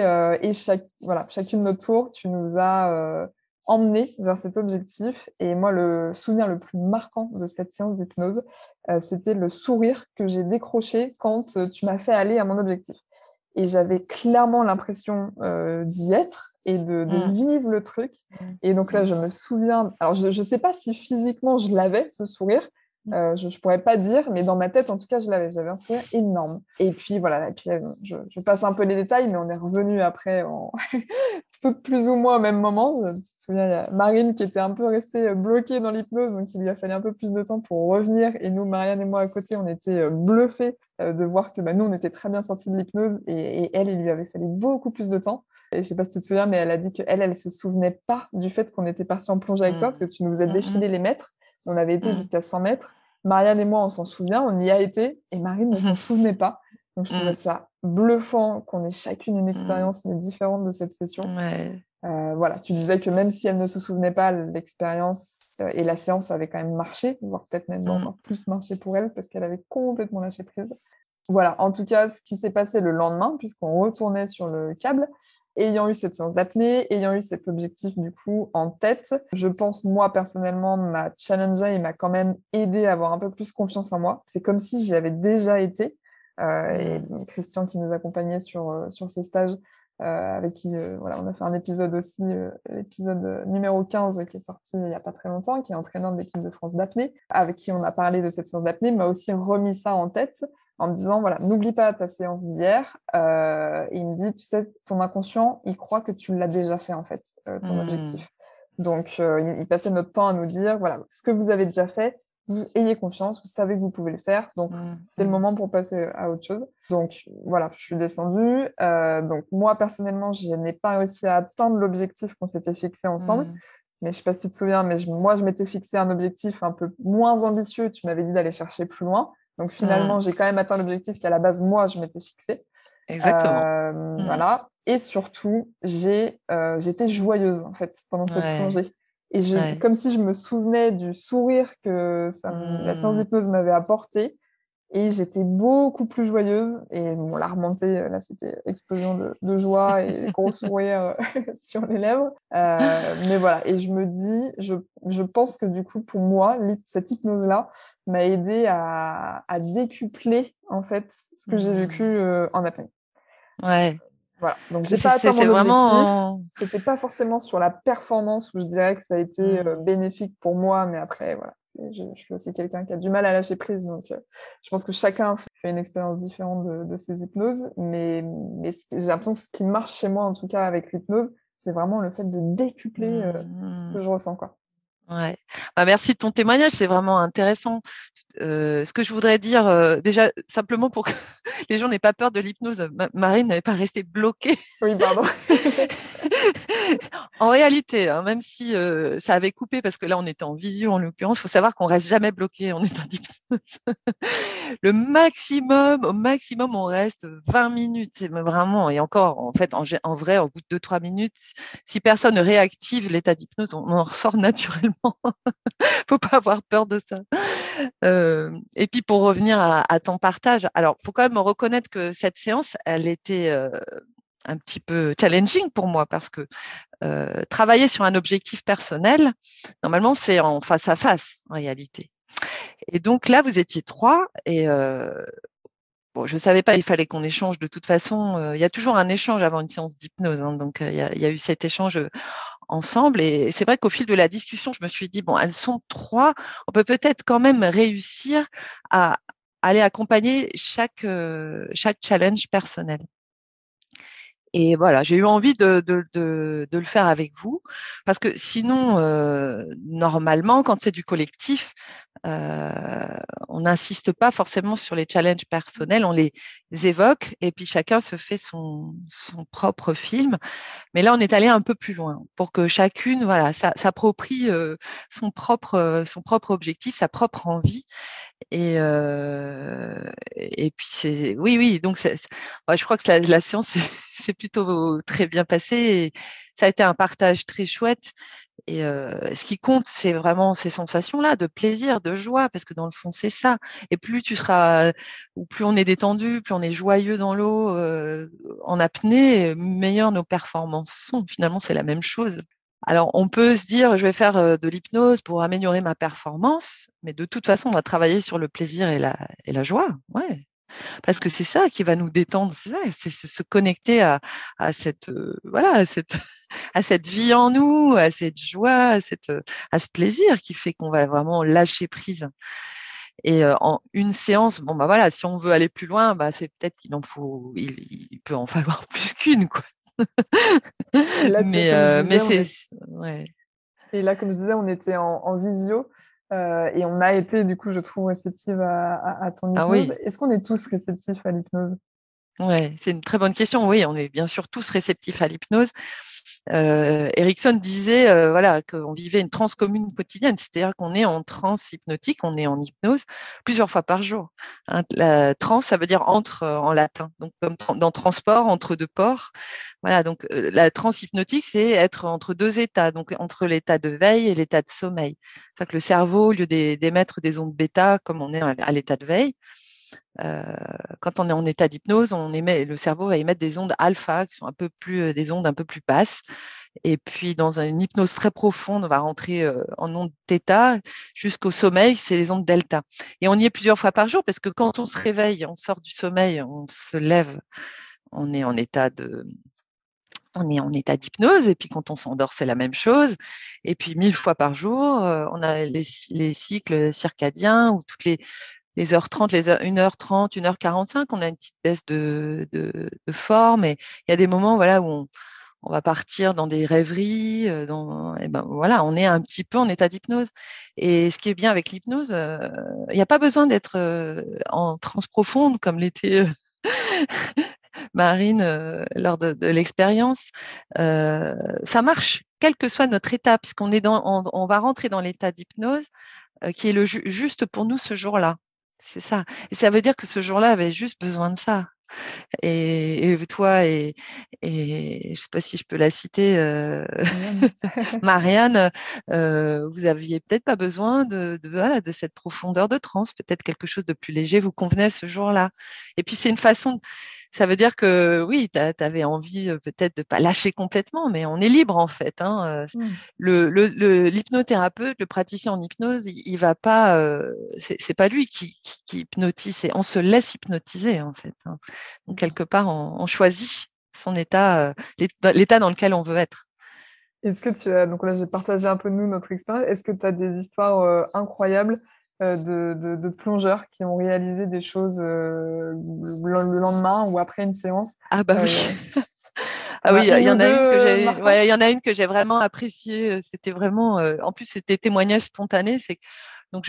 chacune de notre tour, tu nous as emmenés vers cet objectif. Et moi, le souvenir le plus marquant de cette séance d'hypnose, c'était le sourire que j'ai décroché quand tu m'as fait aller à mon objectif. Et j'avais clairement l'impression d'y être et de vivre le truc. Et donc là, je me souviens... Alors, je ne sais pas si physiquement je l'avais, ce sourire. Je ne pourrais pas dire, mais dans ma tête, en tout cas, je l'avais. J'avais un sourire énorme. Et puis, voilà. Et puis, je passe un peu les détails, mais on est revenu après toutes plus ou moins au même moment. Je me souviens, il y a Marine qui était un peu restée bloquée dans l'hypnose, donc il lui a fallu un peu plus de temps pour revenir. Et nous, Marianne et moi, à côté, on était bluffés de voir que nous, on était très bien sortis de l'hypnose et elle, il lui avait fallu beaucoup plus de temps. Et je ne sais pas si tu te souviens, mais elle a dit qu'elle ne se souvenait pas du fait qu'on était partis en plongée avec toi, parce que tu nous as défilé les mètres. On avait été jusqu'à 100 mètres. Marianne et moi, on s'en souvient, on y a été, et Marine ne s'en souvenait pas. Donc, je trouvais ça bluffant qu'on ait chacune une expérience différente de cette session. Ouais. Voilà, tu disais que même si elle ne se souvenait pas, l'expérience et la séance avaient quand même marché, voire peut-être même encore plus marché pour elle, parce qu'elle avait complètement lâché prise. Voilà, en tout cas, ce qui s'est passé le lendemain, puisqu'on retournait sur le câble, ayant eu cette séance d'apnée, ayant eu cet objectif du coup en tête, je pense moi personnellement m'a challengé et m'a quand même aidé à avoir un peu plus confiance en moi. C'est comme si j'y avais déjà été. Et Christian qui nous accompagnait sur ce stage, avec qui on a fait un épisode aussi, l'épisode numéro 15 qui est sorti il n'y a pas très longtemps, qui est entraîneur de l'équipe de France d'apnée, avec qui on a parlé de cette séance d'apnée, m'a aussi remis ça en tête en me disant, voilà, n'oublie pas ta séance d'hier. Et il me dit, tu sais, ton inconscient, il croit que tu l'as déjà fait, en fait, ton objectif. Donc, il passait notre temps à nous dire, voilà, ce que vous avez déjà fait, vous ayez confiance, vous savez que vous pouvez le faire. Donc, c'est le moment pour passer à autre chose. Donc, voilà, je suis descendue. Donc, moi, personnellement, je n'ai pas réussi à atteindre l'objectif qu'on s'était fixé ensemble. Mais je ne sais pas si tu te souviens, mais moi, je m'étais fixé un objectif un peu moins ambitieux. Tu m'avais dit d'aller chercher plus loin. Donc, finalement, j'ai quand même atteint l'objectif qu'à la base, moi, je m'étais fixé. exactement. Mmh. Voilà. Et surtout, j'étais joyeuse en fait pendant cette Ouais, plongée. Et ouais. comme si je me souvenais du sourire que la séance Mmh. d'hypnose m'avait apporté. Et j'étais beaucoup plus joyeuse. Et bon, la remontée, là, c'était explosion de joie et gros sourire sur les lèvres. Mais voilà. Et je me dis, je pense que du coup, pour moi, cette hypnose-là m'a aidé à décupler, en fait, ce que j'ai vécu Mmh. en apnée. Ouais. Voilà. Donc, C'est j'ai c'est pas atteint c'est mon objectif. vraiment C'était pas forcément sur la performance où je dirais que ça a été mmh. bénéfique pour moi, mais après, voilà. Je suis aussi quelqu'un qui a du mal à lâcher prise, donc je pense que chacun fait une expérience différente de ces hypnoses, mais j'ai l'impression que ce qui marche chez moi, en tout cas avec l'hypnose, c'est vraiment le fait de décupler ce Mmh. que je ressens, quoi. Ouais. Bah, merci de ton témoignage, c'est vraiment intéressant. Ce que je voudrais dire, déjà simplement pour que les gens n'aient pas peur de l'hypnose, Marine n'avait pas resté bloquée. Oui, pardon. En réalité, hein, même si ça avait coupé, parce que là on était en visio en l'occurrence, il faut savoir qu'on reste jamais bloqué en état d'hypnose. Le maximum, au maximum, on reste 20 minutes. C'est vraiment, et encore, en fait, en vrai, au bout de 2-3 minutes, si personne ne réactive l'état d'hypnose, on en ressort naturellement. Faut pas avoir peur de ça. Et puis pour revenir à ton partage, alors faut quand même reconnaître que cette séance, elle était un petit peu challenging pour moi parce que travailler sur un objectif personnel, normalement c'est en face à face en réalité. Et donc là, vous étiez trois et bon, je ne savais pas, il fallait qu'on échange de toute façon. Il y a toujours un échange avant une séance d'hypnose, hein, donc il y a eu cet échange ensemble. Et c'est vrai qu'au fil de la discussion, je me suis dit, bon, elles sont trois, on peut peut-être quand même réussir à aller accompagner chaque challenge personnel. Et voilà, j'ai eu envie de le faire avec vous, parce que sinon, normalement, quand c'est du collectif, on n'insiste pas forcément sur les challenges personnels, on les évoque et puis chacun se fait son propre film. Mais là, on est allé un peu plus loin pour que chacune, voilà, s'approprie son propre objectif, sa propre envie. Et puis c'est oui, oui. Donc ouais, je crois que la séance c'est plutôt très bien passé. Et ça a été un partage très chouette. Et ce qui compte, c'est vraiment ces sensations-là de plaisir, de joie, parce que dans le fond, c'est ça. Et plus tu seras, ou plus on est détendu, plus on est joyeux dans l'eau, en apnée, meilleures nos performances sont. Finalement, c'est la même chose. Alors, on peut se dire, je vais faire de l'hypnose pour améliorer ma performance, mais de toute façon, on va travailler sur le plaisir et la joie. Ouais. Parce que c'est ça qui va nous détendre, c'est ça, c'est se connecter à cette, voilà, à cette vie en nous, à cette joie, à ce plaisir qui fait qu'on va vraiment lâcher prise. Et en une séance, bon, bah voilà, si on veut aller plus loin, bah, c'est peut-être il peut en falloir plus qu'une, quoi. Et là, comme je Mais disais, c'est, ouais. et là, comme je disais, on était en visio et on a été, du coup, je trouve, réceptive à ton Ah hypnose. oui. Est-ce qu'on est tous réceptifs à l'hypnose? Ouais, c'est une très bonne question. Oui, on est bien sûr tous réceptifs à l'hypnose. Erickson disait voilà, qu'on vivait une transe commune quotidienne, c'est-à-dire qu'on est en transe hypnotique, on est en hypnose plusieurs fois par jour. Hein, la transe, ça veut dire entre en latin, donc comme dans transport, entre deux ports. Voilà, donc la transe hypnotique, c'est être entre deux états, donc entre l'état de veille et l'état de sommeil. C'est-à-dire que le cerveau, au lieu d'émettre des ondes bêta, comme on est à l'état de veille, euh, quand on est en état d'hypnose, le cerveau va émettre des ondes alpha, qui sont un peu plus, des ondes un peu plus basses. Et puis, dans une hypnose très profonde, on va rentrer en ondes θ jusqu'au sommeil, c'est les ondes delta. Et on y est plusieurs fois par jour parce que quand on se réveille, on sort du sommeil, on se lève, on est en état d'hypnose, et puis quand on s'endort, c'est la même chose. Et puis 1000 fois par jour, on a les cycles circadiens où toutes les heures 30, 1h30, 1h45, on a une petite baisse de forme. Et il y a des moments voilà, où on va partir dans des rêveries, et ben, voilà, on est un petit peu en état d'hypnose. Et ce qui est bien avec l'hypnose, il n'y a pas besoin d'être en transe profonde comme l'était Marine lors de l'expérience. Ça marche, quel que soit notre état, puisqu'on on va rentrer dans l'état d'hypnose qui est juste pour nous ce jour-là. C'est ça. Et ça veut dire que ce jour-là avait juste besoin de ça. et toi et je sais pas si je peux la citer, Marianne. Marianne, vous aviez peut-être pas besoin voilà, de cette profondeur de transe, peut-être quelque chose de plus léger vous convenait ce jour-là. Et puis c'est une façon, ça veut dire que oui, tu avais envie peut-être de pas lâcher complètement, mais on est libre en fait, hein. Mm. L'hypnothérapeute, le praticien en hypnose, il va pas, c'est pas lui qui hypnotise, on se laisse hypnotiser en fait, hein. Donc quelque part, on choisit son état, l'état dans lequel on veut être. Est-ce que tu as, donc là j'ai partagé un peu nous notre expérience, est-ce que tu as des histoires incroyables de plongeurs qui ont réalisé des choses le lendemain ou après une séance? Ah bah oui. Euh, Ah T'en oui, as il une y ou en a une que deux j'ai, marquantes? ouais, il y en a une que j'ai vraiment appréciée. C'était vraiment, en plus c'était témoignage spontané. C'est donc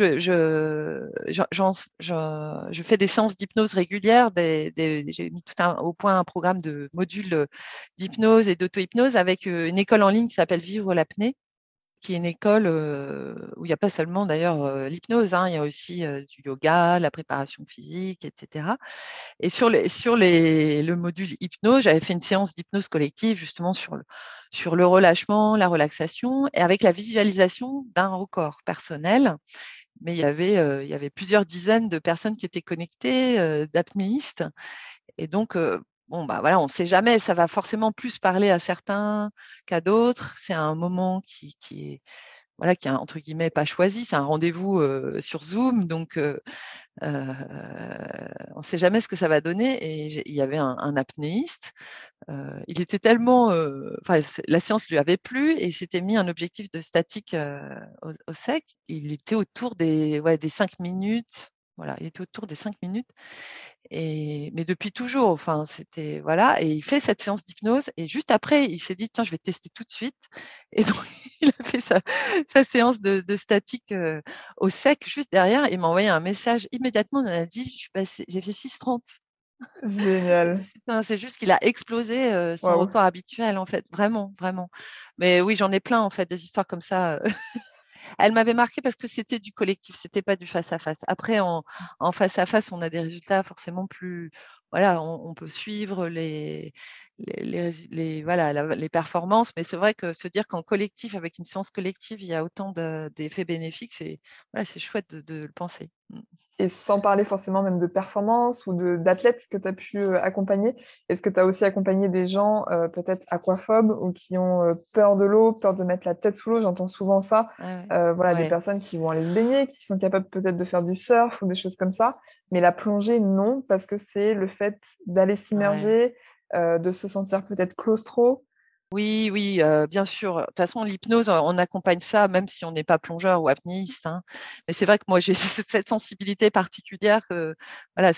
je fais des séances d'hypnose régulières. J'ai mis au point un programme de modules d'hypnose et d'auto-hypnose avec une école en ligne qui s'appelle Vivre l'apnée, qui est une école où il n'y a pas seulement d'ailleurs l'hypnose, hein, il y a aussi du yoga, la préparation physique, etc. Et le module hypnose, j'avais fait une séance d'hypnose collective justement sur le relâchement, la relaxation et avec la visualisation d'un record personnel. Mais il y avait plusieurs dizaines de personnes qui étaient connectées, d'apnéistes. Et donc, bon, bah voilà, on ne sait jamais, ça va forcément plus parler à certains qu'à d'autres. C'est un moment qui est, voilà, qui est entre guillemets pas choisi, c'est un rendez-vous sur Zoom. Donc, on ne sait jamais ce que ça va donner. Et il y avait un apnéiste. Il était tellement, la séance lui avait plu et il s'était mis un objectif de statique au sec. Il était autour des 5 minutes. Voilà, il était autour des 5 minutes. Mais depuis toujours, enfin, c'était voilà. Et il fait cette séance d'hypnose et juste après, il s'est dit tiens, je vais tester tout de suite. Et donc, il a fait sa séance de statique au sec juste derrière. Il m'a envoyé un message immédiatement. Il m'a dit j'ai fait 6,30. Génial. C'est juste qu'il a explosé son Waouh. record habituel, en fait, vraiment, vraiment. Mais oui, j'en ai plein, en fait, des histoires comme ça. Elle m'avait marqué parce que c'était du collectif, c'était pas du face-à-face. Après, en face-à-face, on a des résultats forcément plus. Voilà, on peut suivre voilà, les performances, mais c'est vrai que se dire qu'en collectif, avec une séance collective, il y a autant d'effets bénéfiques, voilà, c'est chouette de le penser. Et sans parler forcément même de performance ou d'athlètes que tu as pu accompagner, est-ce que tu as aussi accompagné des gens peut-être aquaphobes ou qui ont peur de l'eau, peur de mettre la tête sous l'eau? J'entends souvent ça. Ouais, Voilà, des ouais, personnes qui vont aller se baigner, qui sont capables peut-être de faire du surf ou des choses comme ça. Mais la plongée, non, parce que c'est le fait d'aller ouais. s'immerger, de se sentir peut-être claustro. Oui, oui, bien sûr. De toute façon, l'hypnose, on accompagne ça même si on n'est pas plongeur ou apnéiste, hein. Mais c'est vrai que moi, j'ai cette sensibilité particulière que voilà,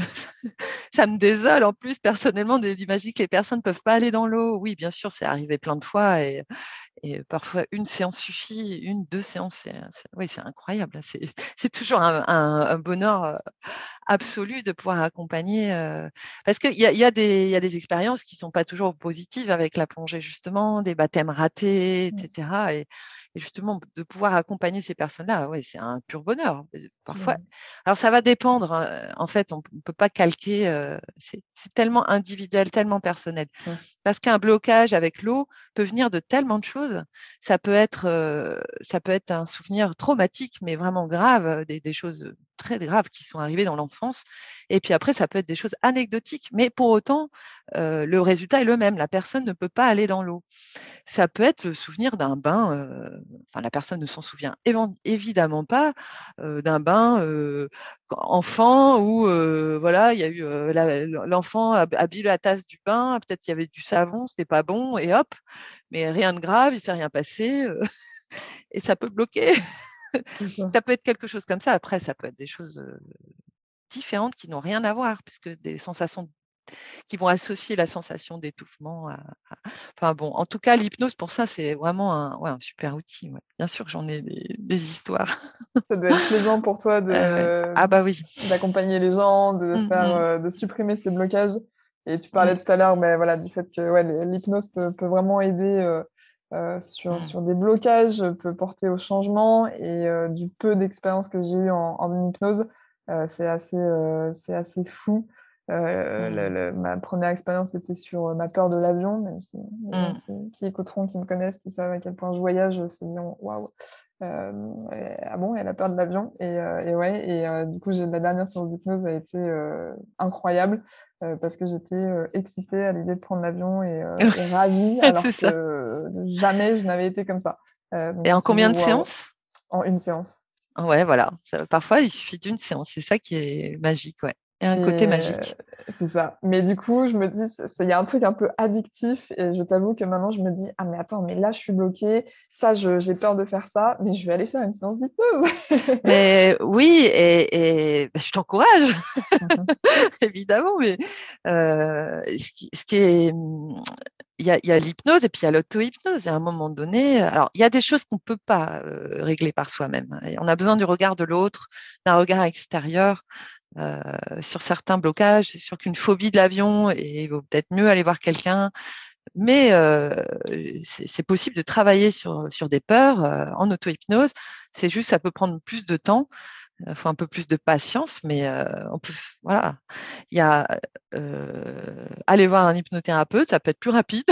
ça me désole en plus personnellement d'imaginer que les personnes ne peuvent pas aller dans l'eau. Oui, bien sûr, c'est arrivé plein de fois et parfois une séance suffit, 1, 2 séances, oui, c'est incroyable. C'est toujours un bonheur absolu de pouvoir accompagner. Parce qu'il y a des expériences qui ne sont pas toujours positives avec la plongée, justement, des baptêmes ratés, etc. Et justement, de pouvoir accompagner ces personnes-là, ouais, c'est un pur bonheur. Parfois, Mm. alors ça va dépendre, hein. En fait, on ne peut pas calquer. C'est tellement individuel, tellement personnel. Mm. Parce qu'un blocage avec l'eau peut venir de tellement de choses. Ça peut être un souvenir traumatique, mais vraiment grave, des choses très graves qui sont arrivées dans l'enfance. Et puis après, ça peut être des choses anecdotiques. Mais pour autant, le résultat est le même. La personne ne peut pas aller dans l'eau. Ça peut être le souvenir d'un bain, enfin la personne ne s'en souvient évidemment pas, d'un bain, enfant où, voilà, il y a eu, l'enfant a bu la tasse du bain, peut-être qu'il y avait du savon, c'était pas bon et hop, mais rien de grave, il s'est rien passé, et ça peut bloquer. C'est ça. Ça peut être quelque chose comme ça. Après, ça peut être des choses, différentes qui n'ont rien à voir puisque des sensations qui vont associer la sensation d'étouffement enfin bon, en tout cas, l'hypnose, pour ça, c'est vraiment un super outil. Ouais. Bien sûr que j'en ai des histoires. Ça doit être plaisant pour toi Ouais. Ah bah oui. d'accompagner les gens, de Mmh, faire, mmh, de supprimer ces blocages. Et tu mmh, parlais tout à l'heure, mais voilà, du fait que ouais, l'hypnose peut vraiment aider mmh. sur des blocages, peut porter au changement. Et du peu d'expérience que j'ai eu en hypnose, c'est assez fou. Ma première expérience était sur ma peur de l'avion, même si les gens qui écouteront, qui me connaissent, qui savent à quel point je voyage, se diront waouh, ah bon, elle a peur de l'avion. Du coup, la dernière séance d'hypnose a été incroyable parce que j'étais excitée à l'idée de prendre l'avion et ravie, alors que jamais je n'avais été comme ça. Et en combien de séances? En une séance. Ouais, voilà. Parfois, il suffit d'une séance. C'est ça qui est magique, ouais. Et un côté magique. C'est ça. Mais du coup, je me dis, il y a un truc un peu addictif et je t'avoue que maintenant, je me dis, ah mais attends, mais là, je suis bloquée. Ça, j'ai peur de faire ça, mais je vais aller faire une séance d'hypnose. Mais oui, et je t'encourage, évidemment. Mais ce qui est... Il y a l'hypnose et puis il y a l'auto-hypnose. Et à un moment donné, alors il y a des choses qu'on ne peut pas régler par soi-même. On a besoin du regard de l'autre, d'un regard extérieur. Sur certains blocages, c'est sûr qu'une phobie de l'avion, et il vaut peut-être mieux aller voir quelqu'un, mais c'est possible de travailler sur des peurs en auto-hypnose. C'est juste, ça peut prendre plus de temps, il faut un peu plus de patience, mais on peut, voilà, il y a aller voir un hypnothérapeute, ça peut être plus rapide.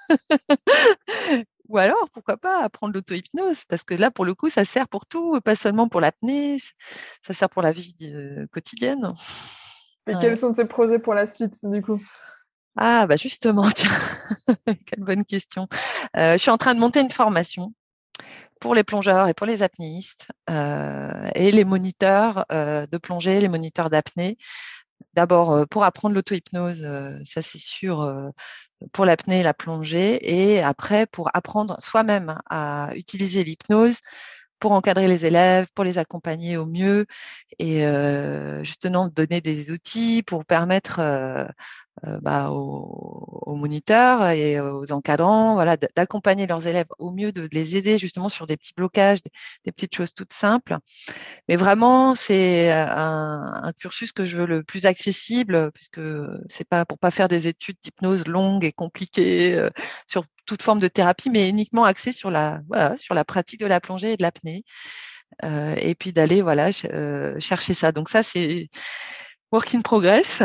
Ou alors, pourquoi pas apprendre l'auto-hypnose, parce que là, pour le coup, ça sert pour tout, pas seulement pour l'apnée, ça sert pour la vie quotidienne. Et quels sont tes projets pour la suite, du coup? Ah, bah justement, tiens, quelle bonne question. Je suis en train de monter une formation pour les plongeurs et pour les apnéistes et les moniteurs de plongée, les moniteurs d'apnée. D'abord, pour apprendre l'auto-hypnose, ça c'est sûr, pour l'apnée et la plongée, et après pour apprendre soi-même à utiliser l'hypnose pour encadrer les élèves, pour les accompagner au mieux et justement donner des outils pour permettre aux moniteurs et aux encadrants, voilà, d'accompagner leurs élèves au mieux, de les aider justement sur des petits blocages, des petites choses toutes simples. Mais vraiment, c'est un cursus que je veux le plus accessible, puisque c'est pas pour pas faire des études d'hypnose longues et compliquées sur toute forme de thérapie, mais uniquement axé sur la pratique de la plongée et de l'apnée. Et puis d'aller chercher ça. Donc ça, c'est work in progress.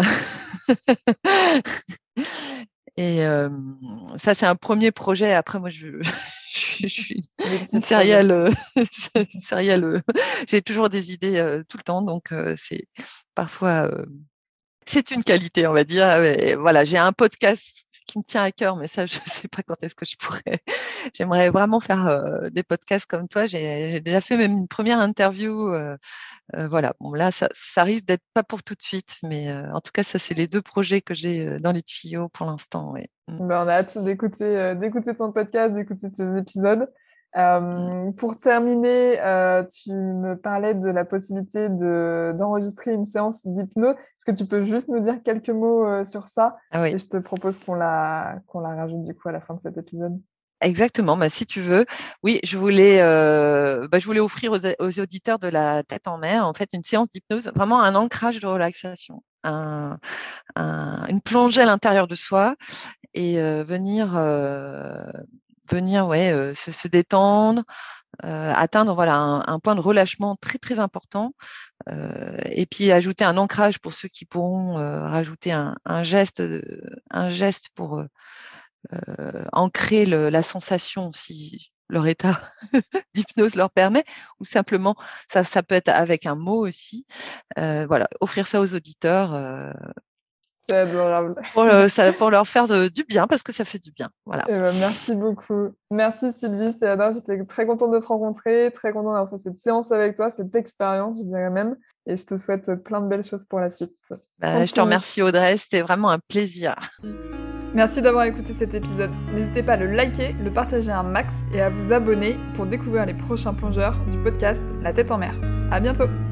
Et ça, c'est un premier projet. Après, moi, je suis une serial. J'ai toujours des idées tout le temps. Donc, c'est parfois... c'est une qualité, on va dire. Et voilà, j'ai un podcast qui me tient à cœur, mais ça, je ne sais pas quand est-ce que je pourrais. J'aimerais vraiment faire des podcasts comme toi. J'ai déjà fait même une première interview. Voilà, bon là, ça risque d'être pas pour tout de suite, mais en tout cas, ça, c'est les deux projets que j'ai dans les tuyaux pour l'instant. Ouais. On a hâte d'écouter ton podcast, d'écouter tes épisodes. Pour terminer, tu me parlais de la possibilité d'enregistrer une séance d'hypnose. Est-ce que tu peux juste nous dire quelques mots sur ça? Ah oui. Et je te propose qu'on la rajoute du coup à la fin de cet épisode. Exactement, si tu veux. Oui, je voulais offrir aux auditeurs de La Tête en Mer, en fait, une séance d'hypnose, vraiment un ancrage de relaxation, une plongée à l'intérieur de soi et venir se détendre, atteindre un point de relâchement très, très important. Et puis ajouter un ancrage pour ceux qui pourront rajouter un geste pour ancrer la sensation si leur état d'hypnose leur permet, ou simplement, ça peut être avec un mot aussi. Offrir ça aux auditeurs. C'est adorable. Pour leur faire du bien, parce que ça fait du bien. Voilà. Merci beaucoup. Merci Sylvie, c'était adorable. J'étais très contente de te rencontrer, très contente d'avoir fait cette séance avec toi, cette expérience, je dirais même. Et je te souhaite plein de belles choses pour la suite. Je te remercie Audrey, c'était vraiment un plaisir. Merci d'avoir écouté cet épisode. N'hésitez pas à le liker, le partager un max et à vous abonner pour découvrir les prochains plongeurs du podcast La Tête en Mer. À bientôt!